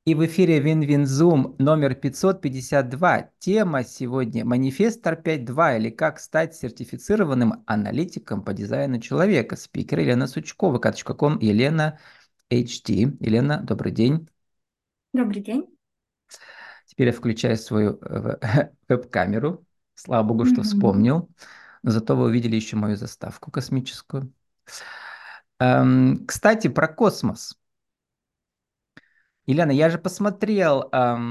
И в эфире Вин-Вин-Зум номер 552. Тема сегодня «Манифестор 5.2» или «Как стать сертифицированным аналитиком по дизайну человека». Спикер Елена Сучкова, kp.com, Елена HD. Елена, добрый день. Добрый день. Теперь я включаю свою веб-камеру. Слава богу, что Мгм. вспомнил. Но зато вы увидели еще мою заставку космическую. Кстати, про космос. Елена, я же посмотрел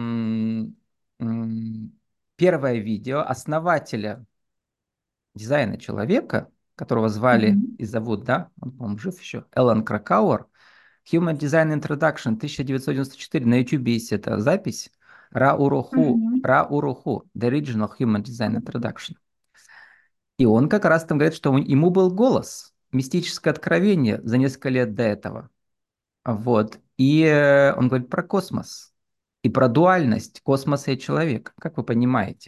первое видео основателя дизайна человека, которого звали Мгм. и зовут, да, он, по-моему, жив еще, Эллен Кракауэр. Human Design Introduction 1994, на YouTube есть эта запись. Мгм. Ра Уруху, The Original Human Design Introduction. И он как раз там говорит, что ему был голос, мистическое откровение за несколько лет до этого. Вот. И он говорит про космос и про дуальность космоса и человека. Как вы понимаете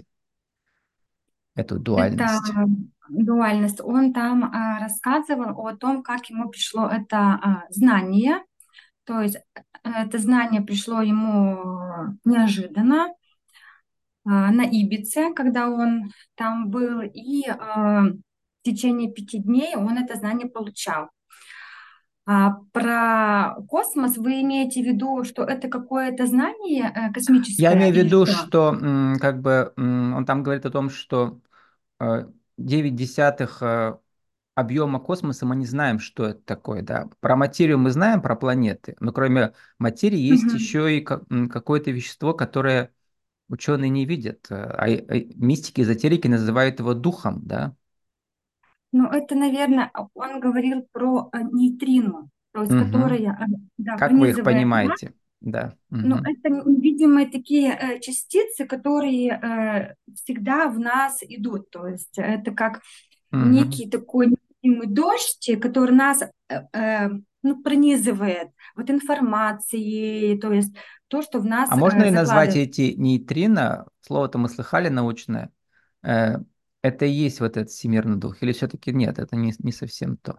эту Это дуальность? дуальность. Он там рассказывал о том, как ему пришло это знание. То есть это знание пришло ему неожиданно на Ибице, когда он там был, и в течение 5 дней он это знание получал. А про космос вы имеете в виду, что это какое-то знание Я космическое имею в или виду, что? что как бы он там говорит о том, что 9 десятых объема космоса мы не знаем, что это такое, да. Про материю мы знаем, про планеты, но кроме материи есть Мгм. еще и какое-то вещество, которое ученые не видят. Мистики, эзотерики называют его духом, да. Ну, это, наверное, он говорил про нейтрино, то есть Мгм. которая, да, Как вы их пронизывает нас. понимаете? Да. Но Мгм. это невидимые такие частицы, которые всегда в нас идут. То есть это как Мгм. некий такой невидимый дождь, который нас ну, пронизывает вот информацией, то есть то, что в А нас можно ли назвать закладывается. эти нейтрино, слово-то мы слыхали научное, э, это и есть вот этот всемирный дух? Или все-таки нет, это не совсем то?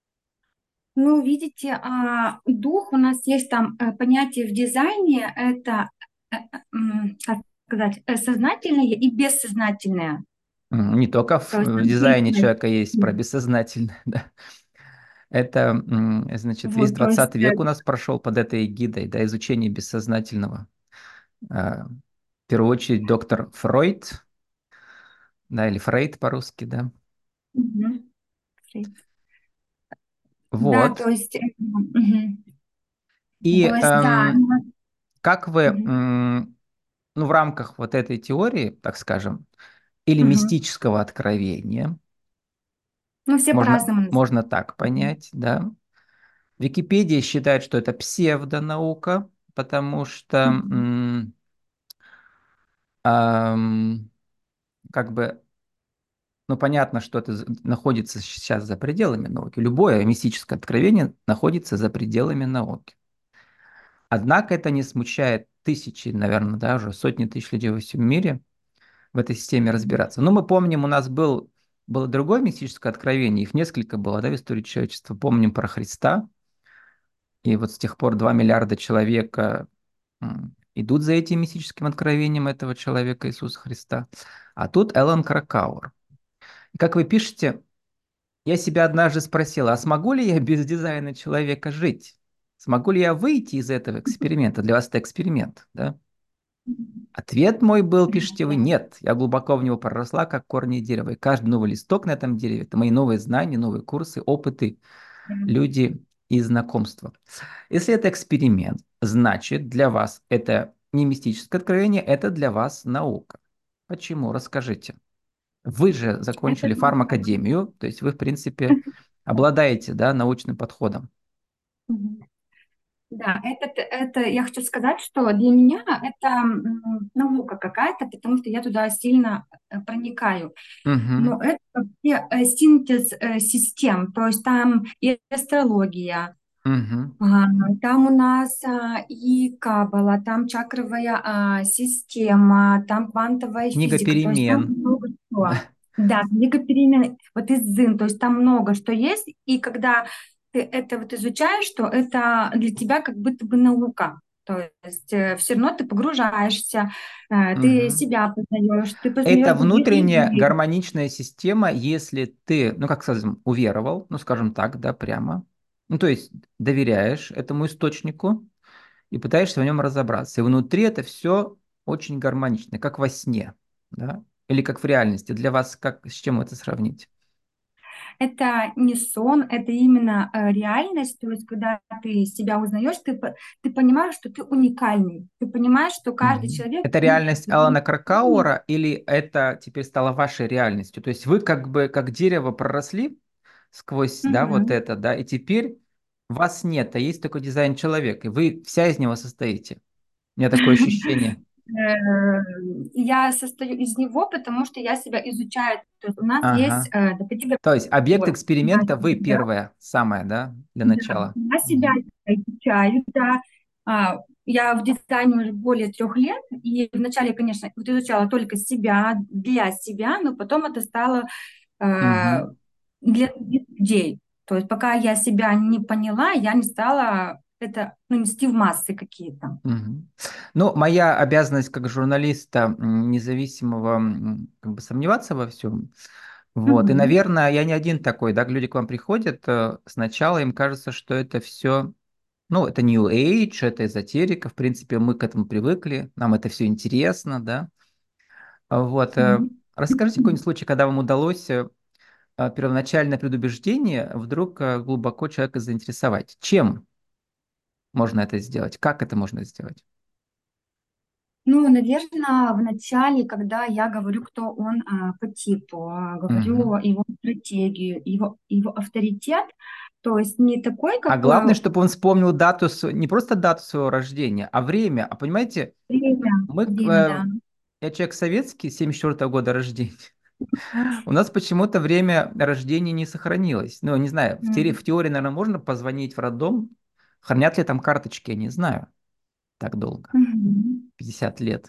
Ну, видите, дух у нас есть там понятие в дизайне, это, как сказать, сознательное и бессознательное. Не только То есть в там дизайне действие. человека есть про бессознательное, да. Это, значит, весь Вот, то есть, 20 век у нас прошел под этой эгидой, да, изучение бессознательного. В первую очередь доктор Фройд, да, или Фрейд по-русски, да. мгм. Да, Вот. то есть, И то есть, да, как вы, мгм, ну, в рамках вот этой теории, так скажем, или мгм. мистического откровения, Ну, все по-разному называют. можно так Мгм, понять, да. Википедия считает, что это псевдонаука, потому что мгм, ам, как бы, ну, понятно, что это находится сейчас за пределами науки. Любое мистическое откровение находится за пределами науки. Однако это не смущает тысячи, наверное, даже сотни тысяч людей во всем мире в этой системе мгм, разбираться. Ну, мы помним, у нас было другое мистическое откровение, их несколько было, да, в истории человечества. Помним про Христа, и вот с тех пор 2 миллиарда человек идут за этим мистическим откровением этого человека Иисуса Христа. А тут Эллен Кракауэр. И как вы пишете, я себя однажды спросила, а смогу ли я без дизайна человека жить? Смогу ли я выйти из этого эксперимента? Для вас это эксперимент, да? мгм. Ответ мой был, пишите вы, Да, нет. Я глубоко в него проросла, как корни дерева. И каждый новый листок на этом дереве– это мои новые знания, новые курсы, опыты, да. люди и знакомства. Если это эксперимент, значит для вас это не мистическое откровение, это для вас наука. Почему? Расскажите. Вы же Это закончили правда. фармакадемию, то есть вы, в принципе, обладаете, да, научным подходом. Мгм. Да, это я хочу сказать, что для меня это наука какая-то, потому что я туда сильно проникаю. Угу, Но это вообще синтез систем, то есть там и астрология, угу. а, там у нас и каббала, там чакровая система, там квантовая Книга физика, то есть там перемен. много Да. чего. Да, книга перемен, вот из дзин, то есть там много что есть, и когда ты это вот изучаешь, то это для тебя как будто бы наука. То есть все равно ты погружаешься, ты Мгм. себя познаешь, ты Это познаешь других внутренняя людей. гармоничная система, если ты, ну как скажем, уверовал, ну скажем так, да, прямо, ну то есть доверяешь этому источнику и пытаешься в нем разобраться. И внутри это все очень гармонично, как во сне, да, или как в реальности. Для вас как, с чем это сравнить? Это не сон, это именно реальность. То есть, когда ты себя узнаешь, ты понимаешь, что ты уникальный. Ты понимаешь, что каждый Мгм. человек Это есть реальность другой. Алана Кракауэра или это теперь стало вашей реальностью? То есть вы как бы как дерево проросли сквозь, да, вот Мгм. это, да, и теперь вас нет, а есть только дизайн человека, и вы вся из него состоите. У меня такое ощущение. Я состою из него, потому что я себя изучаю. То есть у нас есть Ага. до 5 То есть объект вот. Я эксперимента вы себя, первая, самая, да, для да, начала. я себя Мгм. изучаю, да. Я в дизайне уже более 3 лет, и вначале, конечно, вот изучала только себя, для себя, но потом это стало э, Мгм. для других людей. То есть пока я себя не поняла, я не стала это, ну, нести в массы какие-то. Мгм. Ну, моя обязанность как журналиста независимого как бы сомневаться во всем. Вот. И, Мгм. наверное, я не один такой, да, люди к вам приходят, сначала им кажется, что это все, ну, это New Age, это эзотерика, в принципе, мы к этому привыкли, нам это все интересно, да. Вот. Мгм. Расскажите какой-нибудь случай, когда вам удалось первоначальное предубеждение вдруг глубоко человека заинтересовать. Чем можно это сделать? Как это можно сделать? Ну, наверное, в начале, когда я говорю, кто он по типу, говорю Мгм. его стратегию, его авторитет, то есть не такой, А как главное, чтобы он вспомнил дату, не просто дату своего рождения, а время. А понимаете, время, мы, время, да. я человек советский, 74 года рождения. У нас почему-то время рождения не сохранилось. Ну, не знаю, Мгм. в теории, наверное, можно позвонить в роддом. Хранят ли там карточки, я не знаю. Так долго. Мгм. 50 лет.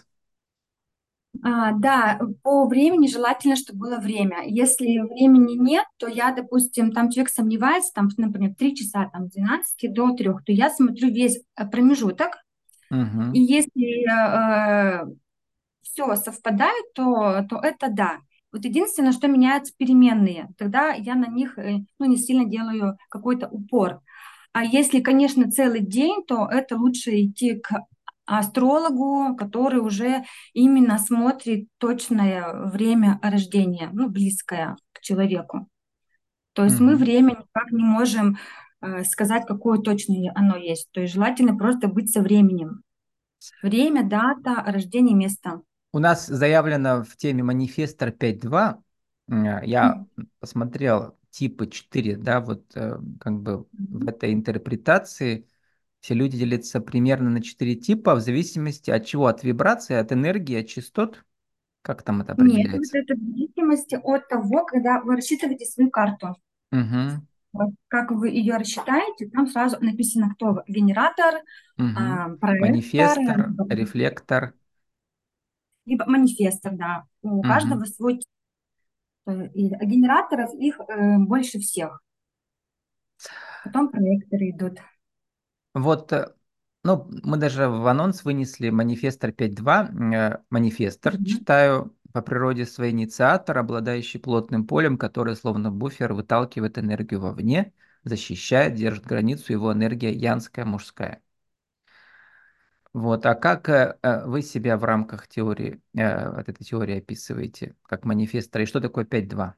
Да, по времени желательно, чтобы было время. Если времени нет, то я, допустим, там человек сомневается, там, например, 3 часа, там, с 12 до 3, то я смотрю весь промежуток, и Угу, если все совпадает, то это да. Вот единственное, что меняются переменные, тогда я на них ну, не сильно делаю какой-то упор. А если, конечно, целый день, то это лучше идти к астрологу, который уже именно смотрит точное время рождения, ну, близкое к человеку. То есть мы угу. время никак не можем сказать, какое точное оно есть. То есть желательно просто быть со временем. Время, дата, рождение, место. У нас заявлено в теме манифестор 5.2. Я посмотрел типы 4, да, вот как бы в Мгм. этой интерпретации все люди делятся примерно на 4 типа в зависимости от чего? От вибрации, от энергии, от частот. Как там это Нет, вот определяется? это в зависимости от того, когда вы рассчитываете свою карту. Угу, Вот как вы ее рассчитаете, там сразу написано, кто вы. Генератор, угу. проектор, Манифестор, рефлектор. либо манифестор, да. У Угу. каждого свой тип. А генераторов их больше всех. Потом проекторы идут. Вот, ну, мы даже в анонс вынесли манифестор 5.2. Манифестор, Мгм. читаю, по природе своей инициатор, обладающий плотным полем, который словно буфер выталкивает энергию вовне, защищает, держит границу, его энергия янская, мужская. Вот, а как вы себя в рамках теории, вот этой теории описываете, как манифестора, и что такое 5.2?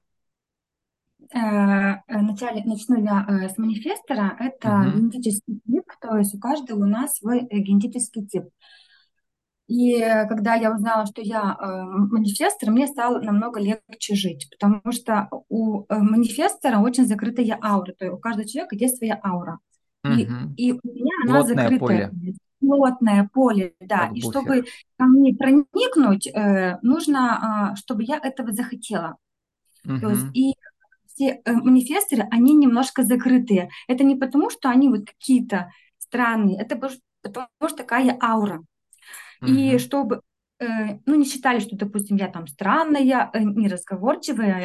Вначале начну я с манифестора. Это Угу, генетический тип, то есть у каждого у нас свой генетический тип. И когда я узнала, что я манифестор, мне стало намного легче жить, потому что у манифестора очень закрытая аура, то есть у каждого человека есть своя аура. угу. И у меня она Плотное закрытая, поле, плотное поле, да. как И чтобы буфер. ко мне проникнуть, нужно, чтобы я этого захотела. То есть Угу, и все манифесторы, они немножко закрытые. Это не потому, что они вот какие-то странные, это потому что такая аура. И чтобы, ну, не считали, что, допустим, я там странная, неразговорчивая,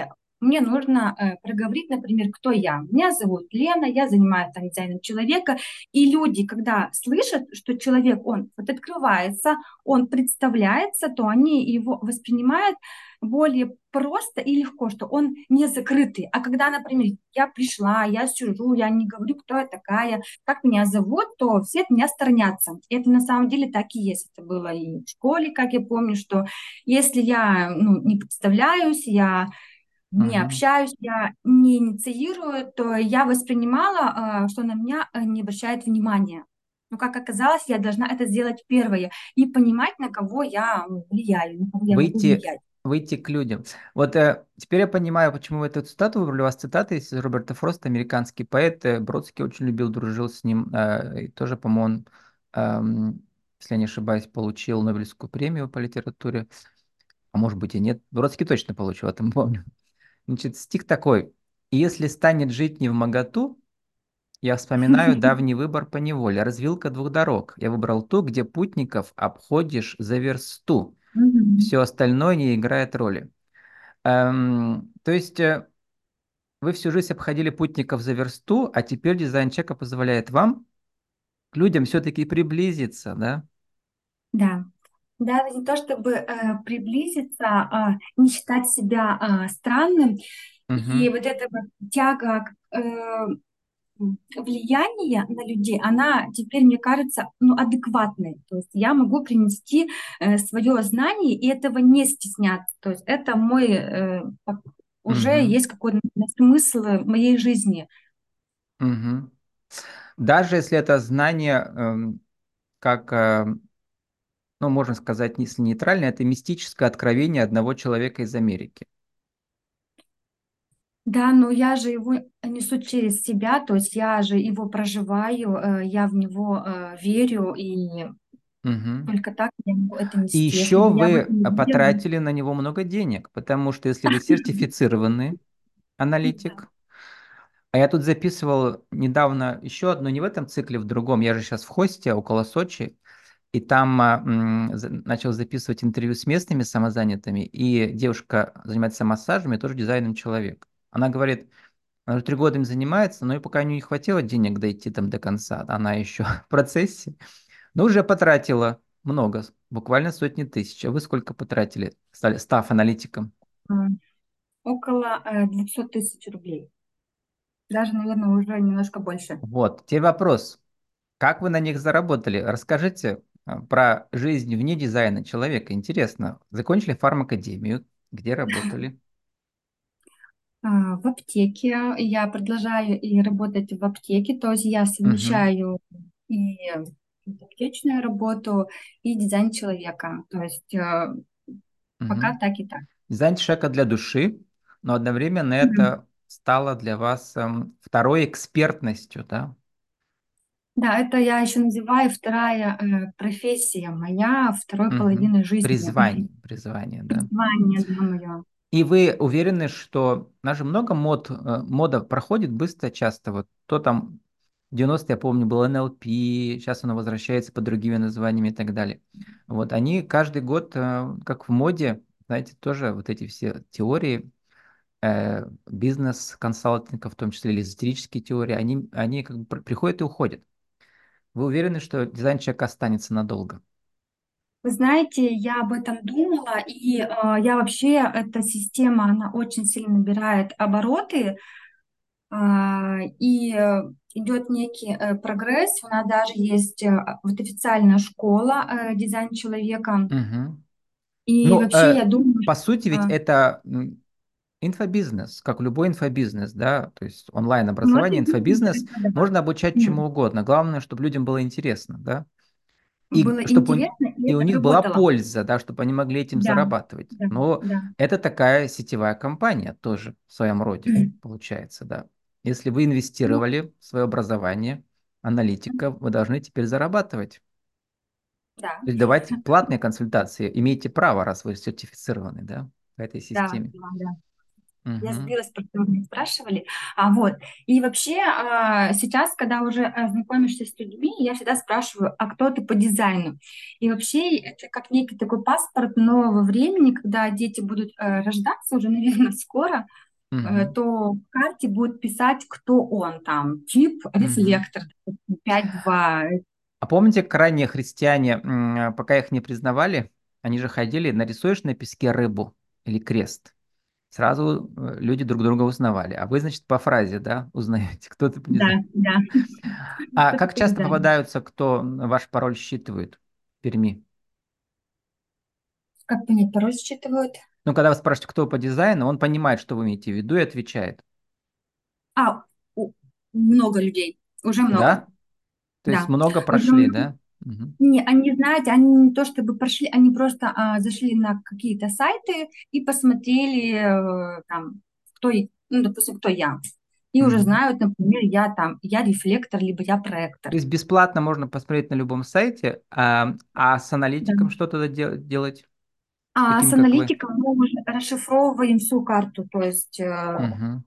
мне нужно проговорить, например, кто я. Меня зовут Лена, я занимаюсь там дизайном человека. И люди, когда слышат, что человек, он вот открывается, он представляется, то они его воспринимают более просто и легко, что он не закрытый. А когда, например, я пришла, я сижу, я не говорю, кто я такая, как меня зовут, то все от меня сторонятся. И это на самом деле так и есть. Это было и в школе, как я помню, что если я не представляюсь, я не Мгм. общаюсь, я не инициирую, то я воспринимала, что на меня не обращают внимания. Но, как оказалось, я должна это сделать первое и понимать, на кого я влияю, на кого я могу Выйти, влиять. выйти к людям. Вот теперь я понимаю, почему вы эту цитату выбрали. У вас цитата из Роберта Фроста, американский поэт. Бродский очень любил, дружил с ним. И тоже, по-моему, он, если я не ошибаюсь, получил Нобелевскую премию по литературе. А может быть и нет. Бродский точно получил, это помню. Значит, стих такой. «Если станет жить не в моготу, я вспоминаю давний выбор по неволе. Развилка двух дорог. Я выбрал ту, где путников обходишь за версту. Мгм. Все остальное не играет роли». То есть вы всю жизнь обходили путников за версту, а теперь дизайн-чека позволяет вам к людям все-таки приблизиться, да? Да. Да, это не то, чтобы приблизиться, не считать себя странным. И Угу, вот эта вот тяга влияние на людей, она теперь, мне кажется, адекватной. То есть я могу принести свое знание и этого не стесняться. То есть это мой, уже угу, есть какой-то смысл моей жизни. угу. Даже если это знание, как, ну, можно сказать, если нейтральное, это мистическое откровение одного человека из Америки. Да, но я же его несу через себя, то есть я же его проживаю, я в него верю, и Мгм. только так я могу это И нести. Если еще бы я в вы этом не верила, потратили на него много денег, потому что если вы сертифицированный да. аналитик, а я тут записывал недавно еще одну, не в этом цикле, в другом, я же сейчас в хосте около Сочи, и там начал записывать интервью с местными самозанятыми, и девушка занимается массажем и тоже дизайном человек. Она говорит, она уже 3 года им занимается, но и пока не хватило денег дойти там до конца, она еще в процессе, но уже потратила много, буквально сотни тысяч. А вы сколько потратили, став аналитиком? А, около 200 тысяч рублей. Даже, наверное, уже немножко больше. Вот, теперь вопрос. Как вы на них заработали? Расскажите про жизнь вне дизайна человека. Интересно. Закончили фармакадемию, где работали? В аптеке я продолжаю и работать в аптеке, то есть я Мгм, совмещаю и аптечную работу, и дизайн человека. То есть пока мгм. так и так. Дизайн человека для души, но одновременно Мгм. это стало для вас второй экспертностью, да? Да, это я еще называю вторая профессия моя, второй Мгм. половины жизни. Призвание, да. Призвание, да, мое. И вы уверены, что у нас же много мода проходит быстро, часто. Вот то там в 90-е, я помню, был НЛП, сейчас оно возвращается под другими названиями и так далее. Вот они каждый год, как в моде, знаете, тоже вот эти все теории, бизнес-консалтинга, в том числе или эзотерические теории, они как бы приходят и уходят. Вы уверены, что дизайн человека останется надолго? Вы знаете, я об этом думала, и я вообще, эта система, она очень сильно набирает обороты, и идет некий прогресс. У нас даже есть вот официальная школа дизайн человека. Мгм. И Ну, вообще я думаю, по сути, ведь а, это инфобизнес, как любой инфобизнес, да, то есть ну, это онлайн-образование, бизнес, инфобизнес, это да. можно обучать Да. чему угодно. Главное, чтобы людям было интересно, да, и Было чтобы интересно, и и у это них была работало. польза, да, чтобы они могли этим Да, зарабатывать. да, Но да. это такая сетевая компания тоже в своем роде, получается, да. Если вы Ну, инвестировали в свое образование, аналитика, вы должны теперь зарабатывать. да, То есть давайте платные консультации, имеете право, раз вы сертифицированы, да, по этой да, системе. да, да. Я Мгм. сбилась, про что вы меня спрашивали. Вот. И вообще сейчас, когда уже знакомишься с людьми, я всегда спрашиваю, а кто ты по дизайну? И вообще это как некий такой паспорт нового времени, когда дети будут рождаться уже, наверное, скоро. Мгм. то в карте будет писать, кто он там. Тип Мгм. рефлектор 5-2. А помните, как ранние христиане, пока их не признавали, они же ходили, нарисуешь на песке рыбу или крест. Сразу люди друг друга узнавали. А вы, значит, по фразе, да, узнаете, кто ты, не Да, знаю. да. А Что как такое часто дизайн? попадаются, кто ваш пароль считывает в Перми? Как понять, пароль считывают? Ну, когда вы спрашиваете, кто по дизайну, он понимает, что вы имеете в виду, и отвечает. А, у- много людей. Уже много. Да? То есть Да. много Уже прошли, да? Мгм. не, они, знаете, они не то чтобы прошли, они просто зашли на какие-то сайты и посмотрели там, ну, допустим, кто я. И уже Мгм. знают, например, я рефлектор, либо я проектор. То есть бесплатно можно посмотреть на любом сайте, а с Да. аналитиком что тогда делать? С А с таким, как вы? аналитиком мы уже расшифровываем всю карту, то есть Мгм.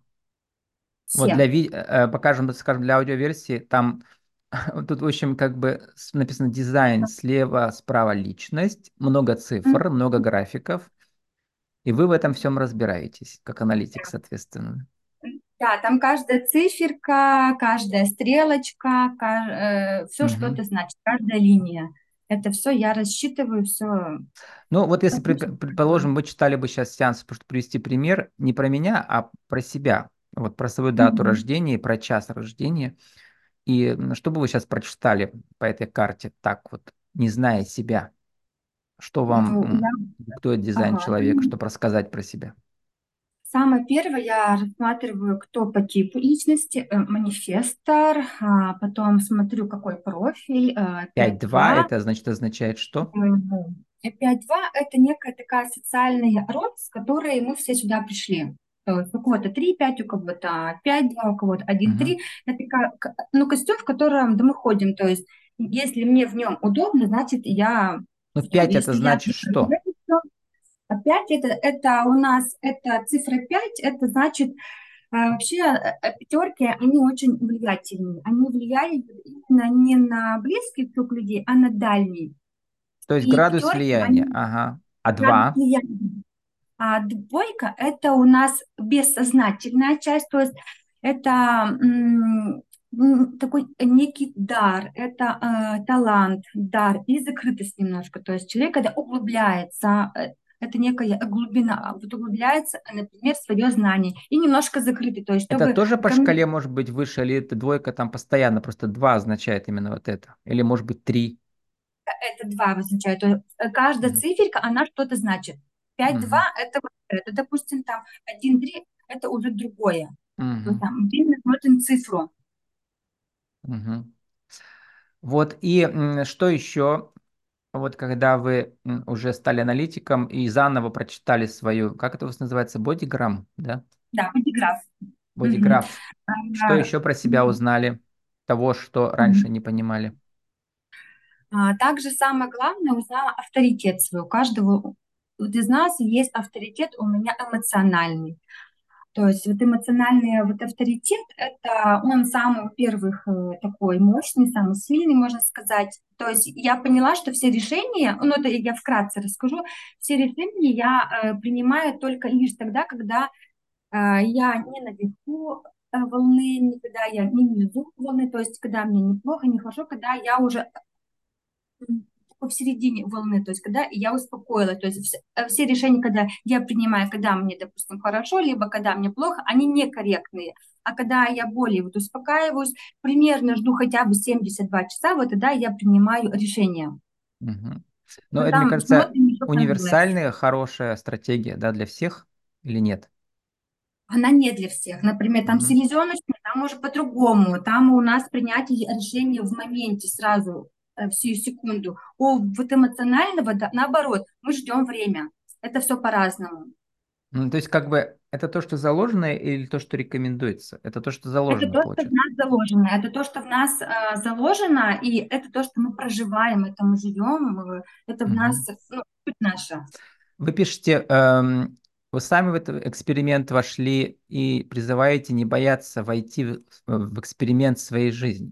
Вот все. покажем, скажем, для аудиоверсии, там тут, в общем, как бы написано дизайн, слева, справа личность, много М, цифр, много графиков, и вы в этом всем разбираетесь, как аналитик, соответственно. Да, там каждая циферка, каждая стрелочка, все Мгм. что-то значит, каждая линия. Это все я рассчитываю, все. Ну, вот если, предположим, мы читали бы сейчас сеанс, чтобы привести пример, не про меня, а про себя, вот про свою дату рождения и про час рождения, и что бы вы сейчас прочитали по этой карте, так вот, не зная себя, что вам Ну, диктует дизайн ага. человека, чтобы рассказать про себя? Самое первое, я рассматриваю, кто по типу личности, манифестор, потом смотрю, какой профиль, Пять два 5-2. это, значит, означает что? Мгм. И 5-2 это некая такая социальная роль, с которой мы все сюда пришли. То есть у кого-то 3-5, у кого-то 5-2, у кого-то 1-3. Мгм. Это ну, костюм, в котором да, мы ходим. То есть если мне в нем удобно, значит, я Ну, в нем. 5 это Если я значит что? опять это у нас, это цифра 5, это значит, вообще пятерки, они очень влиятельные. Они влияют именно не на близкий круг людей, а на дальний. То есть И градус пятерки, влияния, они ага. А градус 2? влияния. А двойка– это у нас бессознательная часть, то есть это такой некий дар, это талант, дар и закрытость немножко. То есть человек, когда углубляется, это некая глубина, вот углубляется, например, в свое знание и немножко закрытый, то есть Это чтобы тоже по ко мне шкале может быть выше, или это двойка там постоянно, просто 2 означает именно вот это? Или может быть 3? это два обозначает. То есть каждая Мгм. циферка, она что-то значит. 5-2 Мгм. это вот это, допустим, там 1-3 это уже другое. То есть Мгм. там мы смотрим цифру. Мгм. Вот и что еще, вот когда вы уже стали аналитиком и заново прочитали свою, как это у вас называется, бодиграмм, да? Да, полиграф. Мгм. Бодиграф. Что А, еще про себя узнали, того, что раньше мгм. не понимали? Также самое главное, узнала авторитет свой. У каждого вот из нас есть авторитет, у меня эмоциональный. То есть вот эмоциональный вот авторитет, это он самый, во-первых, такой мощный, самый сильный, можно сказать. То есть я поняла, что все решения, ну это я вкратце расскажу, все решения я принимаю только лишь тогда, когда я не наверху волны, никогда я не внизу волны, то есть когда мне неплохо, нехорошо, когда я уже такой в середине волны, то есть когда я успокоилась, то есть все решения, когда я принимаю, когда мне, допустим, хорошо, либо когда мне плохо, они некорректные. А когда я более вот успокаиваюсь, примерно жду хотя бы 72 часа, вот тогда я принимаю решение. Мгм. Но Мы это, мне там кажется, смотрим еще конверс. универсальная хорошая стратегия, да, для всех или нет? Она не для всех. Например, там Мгм. селезеночная, там уже по-другому. Там у нас принятие решения в моменте сразу, в сию секунду. У вот эмоционального, да, наоборот, мы ждем время. Это все по-разному. Ну, то есть как бы это то, что заложено или то, что рекомендуется? Это то, что Это заложено, то, что в получается. нас заложено. Это то, что в нас заложено, и это то, что мы проживаем, это мы живем, это в нас, Мгм. ну, суть наша. Вы пишете, вы сами в этот эксперимент вошли и призываете не бояться войти в эксперимент своей жизни.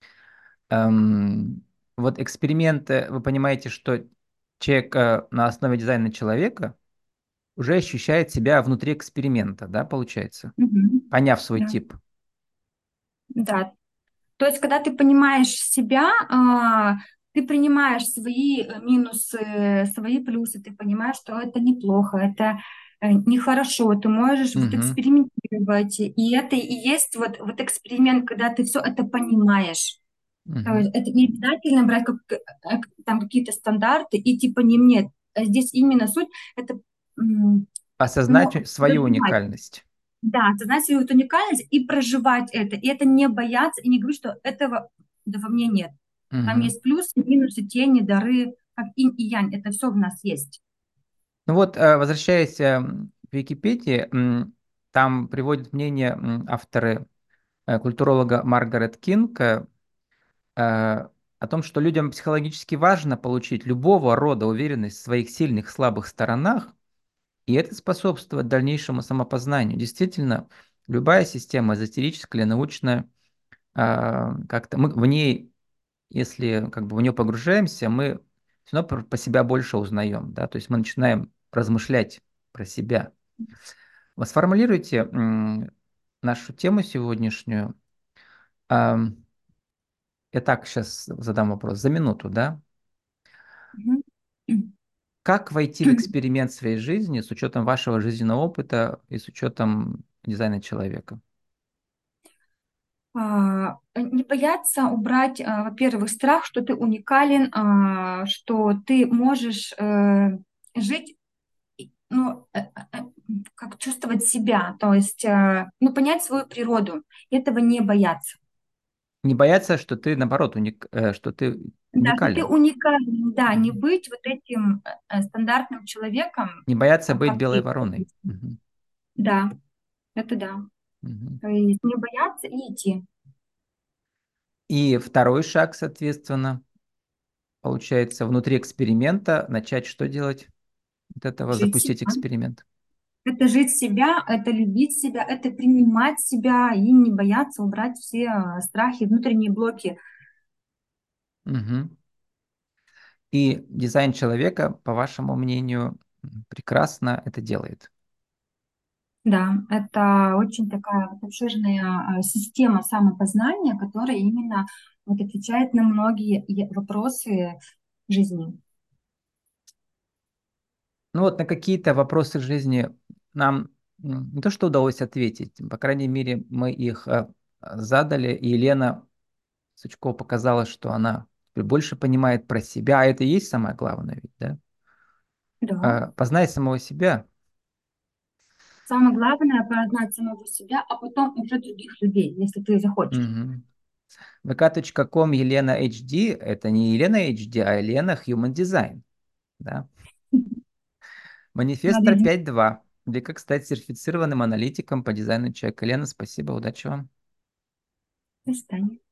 Эм, вот эксперименты, вы понимаете, что человек на основе дизайна человека, уже ощущает себя внутри эксперимента, да, получается, Мгм. поняв свой Да. тип. Да. То есть, когда ты понимаешь себя, ты принимаешь свои минусы, свои плюсы, ты понимаешь, что это неплохо, это нехорошо, ты можешь вот Мгм, экспериментировать, и это и есть вот эксперимент, когда ты все это понимаешь. То мгм. есть это не обязательно брать там какие-то стандарты и типа не мне. А здесь именно суть это Осознать свою проживать. уникальность. Да, осознать свою вот уникальность и проживать это. И это не бояться и не говорить, что этого да, во мне нет. Там Мгм. есть плюсы, минусы, тени, дары, как инь и янь. Это все в нас есть. Ну вот, возвращаясь к Википедии, там приводят мнение авторы культуролога Маргарет Кинг о том, что людям психологически важно получить любого рода уверенность в своих сильных, слабых сторонах, и это способствует дальнейшему самопознанию. Действительно, любая система, эзотерическая или научная, как-то мы в ней, если как бы в нее погружаемся, мы все равно про себя больше узнаем, да, то есть мы начинаем размышлять про себя. Вот сформулируйте нашу тему сегодняшнюю. Ам, Я так сейчас задам вопрос за минуту, да? Мгм. Как войти в эксперимент своей жизни с учетом вашего жизненного опыта и с учетом дизайна человека? Не бояться убрать, во-первых, страх, что ты уникален, что ты можешь жить, ну, как чувствовать себя, то есть, ну, понять свою природу, и этого не бояться. Не бояться, что ты, наоборот, что ты Да, что ты уникален. уникален, да, не Мгм. быть вот этим стандартным человеком, Не бояться быть как белой есть. вороной. Мгм. Да, это да. Мгм. То есть не бояться и идти, И второй шаг, соответственно, получается, внутри эксперимента начать что делать? От этого жить запустить себя. эксперимент. Это жить себя, это любить себя, это принимать себя и не бояться убрать все страхи, внутренние блоки. Мгм. И дизайн человека, по вашему мнению, прекрасно это делает. Да, это очень такая вот обширная система самопознания, которая именно вот отвечает на многие вопросы жизни. Ну вот на какие-то вопросы жизни нам не то что удалось ответить, по крайней мере, мы их задали, и Елена Сучкова показала, что она теперь больше понимает про себя, а это и есть самое главное ведь, да? Да. Познай самого себя. Самое главное познать самого себя, а потом уже других людей, если ты захочешь. Мгм. vk.com Елена HD, это не Елена HD, а Елена Human Design, да? Надо Манифестор идти. 5.2. Где как стать сертифицированным аналитиком по дизайну человека. Елена, спасибо, удачи вам. До свидания.